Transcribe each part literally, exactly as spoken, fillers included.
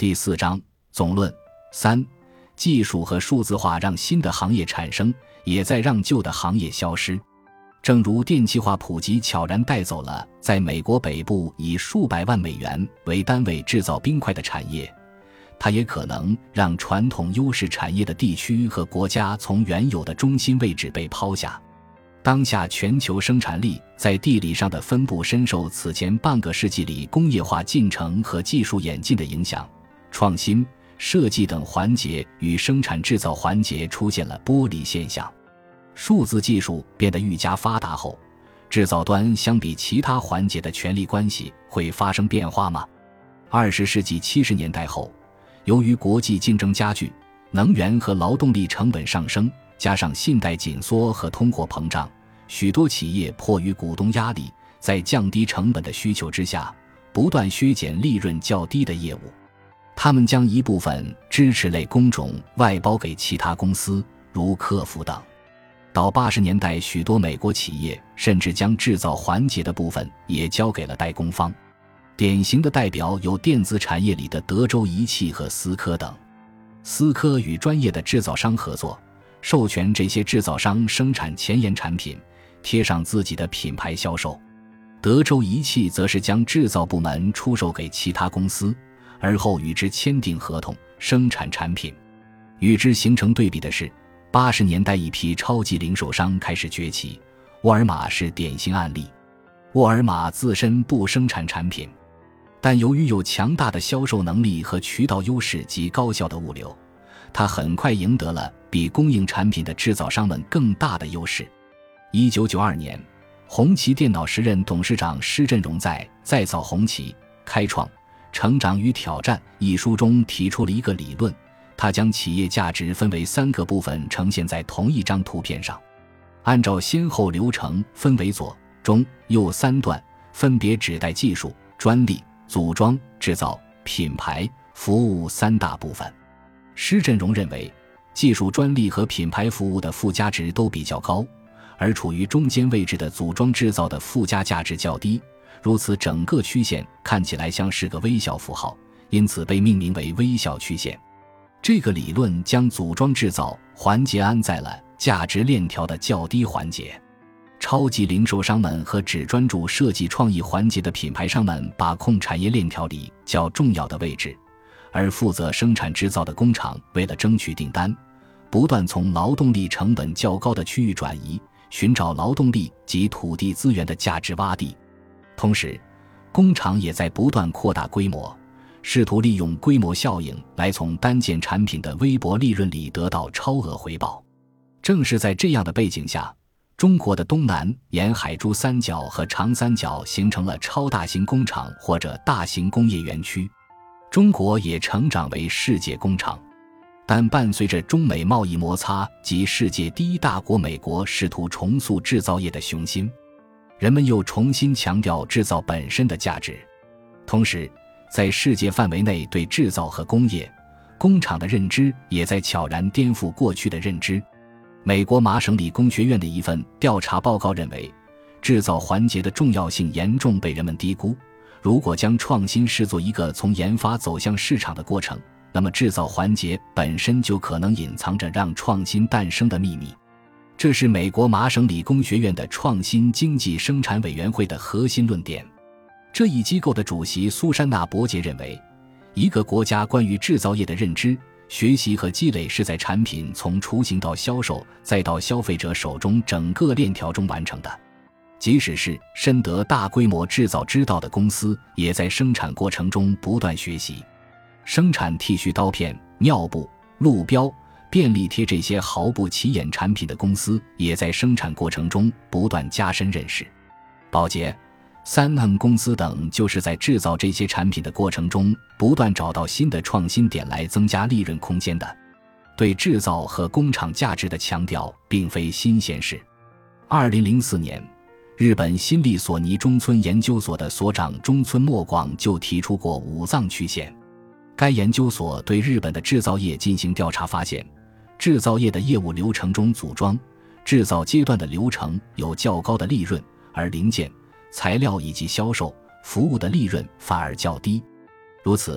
第四章总论。三、技术和数字化让新的行业产生，也在让旧的行业消失。正如电气化普及悄然带走了在美国北部以数百万美元为单位制造冰块的产业，它也可能让传统优势产业的地区和国家从原有的中心位置被抛下。当下全球生产力在地理上的分布深受此前半个世纪里工业化进程和技术演进的影响，创新、设计等环节与生产制造环节出现了剥离现象。数字技术变得愈加发达后，制造端相比其他环节的权力关系会发生变化吗？二十世纪七十年代后，由于国际竞争加剧，能源和劳动力成本上升，加上信贷紧缩和通货膨胀，许多企业迫于股东压力，在降低成本的需求之下，不断削减利润较低的业务。他们将一部分支持类工种外包给其他公司，如客服等。到八十年代，许多美国企业甚至将制造环节的部分也交给了代工方。典型的代表有电子产业里的德州仪器和思科等。思科与专业的制造商合作，授权这些制造商生产前沿产品，贴上自己的品牌销售。德州仪器则是将制造部门出售给其他公司，而后与之签订合同，生产产品。与之形成对比的是，八十年代一批超级零售商开始崛起，沃尔玛是典型案例。沃尔玛自身不生产产品，但由于有强大的销售能力和渠道优势及高效的物流，它很快赢得了比供应产品的制造商们更大的优势。一九九二年，红旗电脑时任董事长施振荣在《再造红旗：开创、成长与挑战》一书中提出了一个理论，他将企业价值分为三个部分呈现在同一张图片上，按照先后流程分为左、中、右三段，分别指代技术、专利、组装、制造、品牌、服务三大部分。施振荣认为，技术、专利和品牌服务的附加值都比较高，而处于中间位置的组装制造的附加价值较低，如此整个曲线看起来像是个微笑符号，因此被命名为微笑曲线。这个理论将组装制造环节安在了价值链条的较低环节。超级零售商们和只专注设计创意环节的品牌商们把控产业链条里较重要的位置，而负责生产制造的工厂为了争取订单，不断从劳动力成本较高的区域转移，寻找劳动力及土地资源的价值洼地。同时，工厂也在不断扩大规模，试图利用规模效应来从单件产品的微薄利润里得到超额回报。正是在这样的背景下，中国的东南沿海珠三角和长三角形成了超大型工厂或者大型工业园区，中国也成长为世界工厂。但伴随着中美贸易摩擦及世界第一大国美国试图重塑制造业的雄心，人们又重新强调制造本身的价值。同时，在世界范围内对制造和工业、工厂的认知也在悄然颠覆过去的认知。美国麻省理工学院的一份调查报告认为，制造环节的重要性严重被人们低估。如果将创新视作一个从研发走向市场的过程，那么制造环节本身就可能隐藏着让创新诞生的秘密。这是美国麻省理工学院的创新经济生产委员会的核心论点。这一机构的主席苏珊娜·伯杰认为，一个国家关于制造业的认知、学习和积累是在产品从雏形到销售再到消费者手中整个链条中完成的。即使是深得大规模制造之道的公司，也在生产过程中不断学习。生产剃须刀片、尿布、路标、便利贴这些毫不起眼产品的公司，也在生产过程中不断加深认识。宝洁、三 M 公司等就是在制造这些产品的过程中不断找到新的创新点来增加利润空间的。对制造和工厂价值的强调并非新鲜事。二零零四年，日本新力索尼中村研究所的所长中村默广就提出过五脏曲线。该研究所对日本的制造业进行调查，发现制造业的业务流程中，组装、制造阶段的流程有较高的利润，而零件、材料以及销售、服务的利润反而较低。如此，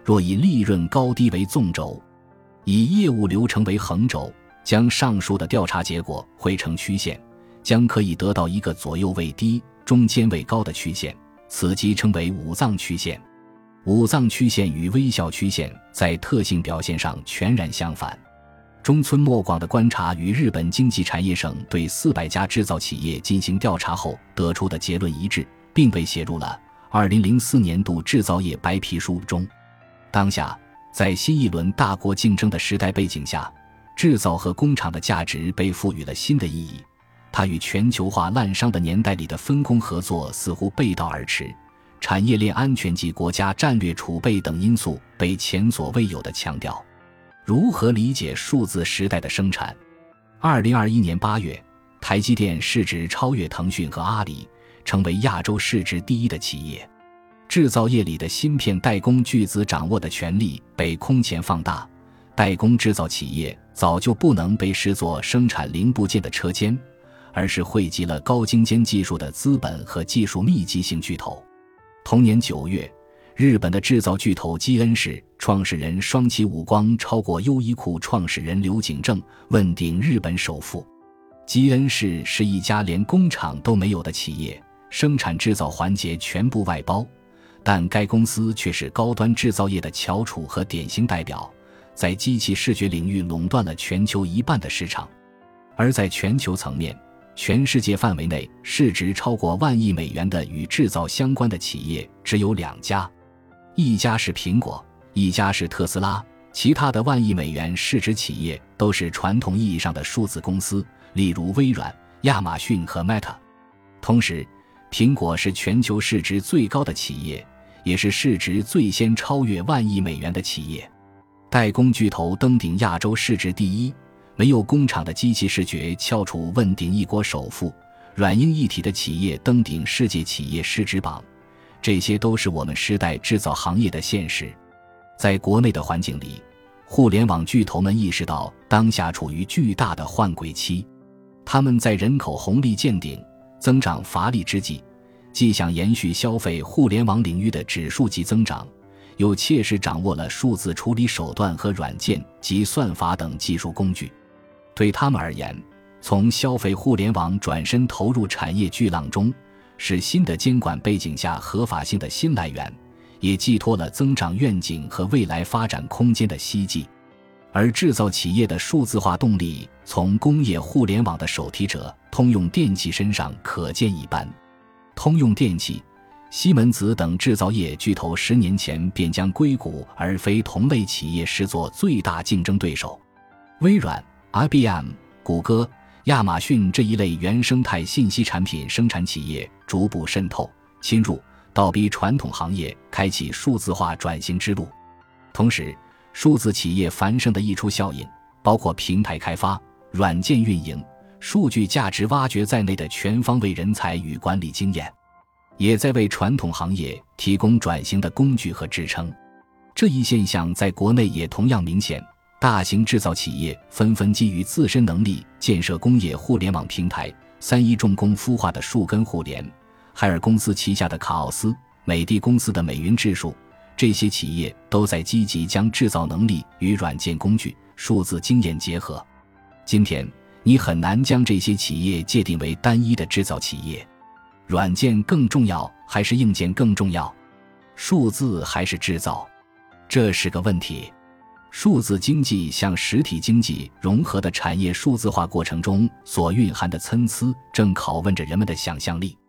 若以利润高低为纵轴，以业务流程为横轴，将上述的调查结果绘成曲线，将可以得到一个左右位低、中间位高的曲线，此即称为五脏曲线。五脏曲线与微笑曲线在特性表现上全然相反。中村默广的观察与日本经济产业省对四百家制造企业进行调查后得出的结论一致，并被写入了二零零四年度制造业白皮书中。当下，在新一轮大国竞争的时代背景下，制造和工厂的价值被赋予了新的意义，它与全球化滥觞的年代里的分工合作似乎背道而驰，产业链安全及国家战略储备等因素被前所未有的强调。如何理解数字时代的生产？二零二一年八月，台积电市值超越腾讯和阿里，成为亚洲市值第一的企业。制造业里的芯片代工巨子掌握的权力被空前放大，代工制造企业早就不能被视作生产零部件的车间，而是汇集了高精尖技术的资本和技术密集型巨头。同年九月，日本的制造巨头基恩氏创始人双崎武光超过优衣库创始人柳井正，问鼎日本首富。基恩氏是一家连工厂都没有的企业，生产制造环节全部外包，但该公司却是高端制造业的翘楚和典型代表，在机器视觉领域垄断了全球一半的市场。而在全球层面，全世界范围内市值超过万亿美元的与制造相关的企业只有两家，一家是苹果，一家是特斯拉，其他的万亿美元市值企业都是传统意义上的数字公司，例如微软、亚马逊和 Meta。 同时，苹果是全球市值最高的企业，也是市值最先超越万亿美元的企业。代工巨头登顶亚洲市值第一，没有工厂的机器视觉翘楚问鼎一国首富，软硬一体的企业登顶世界企业市值榜，这些都是我们时代制造行业的现实。在国内的环境里，互联网巨头们意识到当下处于巨大的换轨期，他们在人口红利见顶、增长乏力之际，既想延续消费互联网领域的指数级增长，又切实掌握了数字处理手段和软件及算法等技术工具。对他们而言，从消费互联网转身投入产业巨浪中，是新的监管背景下合法性的新来源，也寄托了增长愿景和未来发展空间的希冀。而制造企业的数字化动力，从工业互联网的手提者通用电气身上可见一斑。通用电气、西门子等制造业巨头十年前便将硅谷而非同类企业视作最大竞争对手。微软、I B M、谷歌、亚马逊这一类原生态信息产品生产企业逐步渗透、侵入，倒逼传统行业开启数字化转型之路。同时，数字企业繁盛的溢出效应，包括平台开发、软件运营、数据价值挖掘在内的全方位人才与管理经验，也在为传统行业提供转型的工具和支撑。这一现象在国内也同样明显，大型制造企业纷纷基于自身能力建设工业互联网平台，三一重工孵化的树根互联，海尔公司旗下的卡奥斯，美的公司的美云智数，这些企业都在积极将制造能力与软件工具、数字经验结合。今天，你很难将这些企业界定为单一的制造企业。软件更重要还是硬件更重要？数字还是制造？这是个问题。数字经济向实体经济融合的产业数字化过程中所蕴含的参差，正拷问着人们的想象力。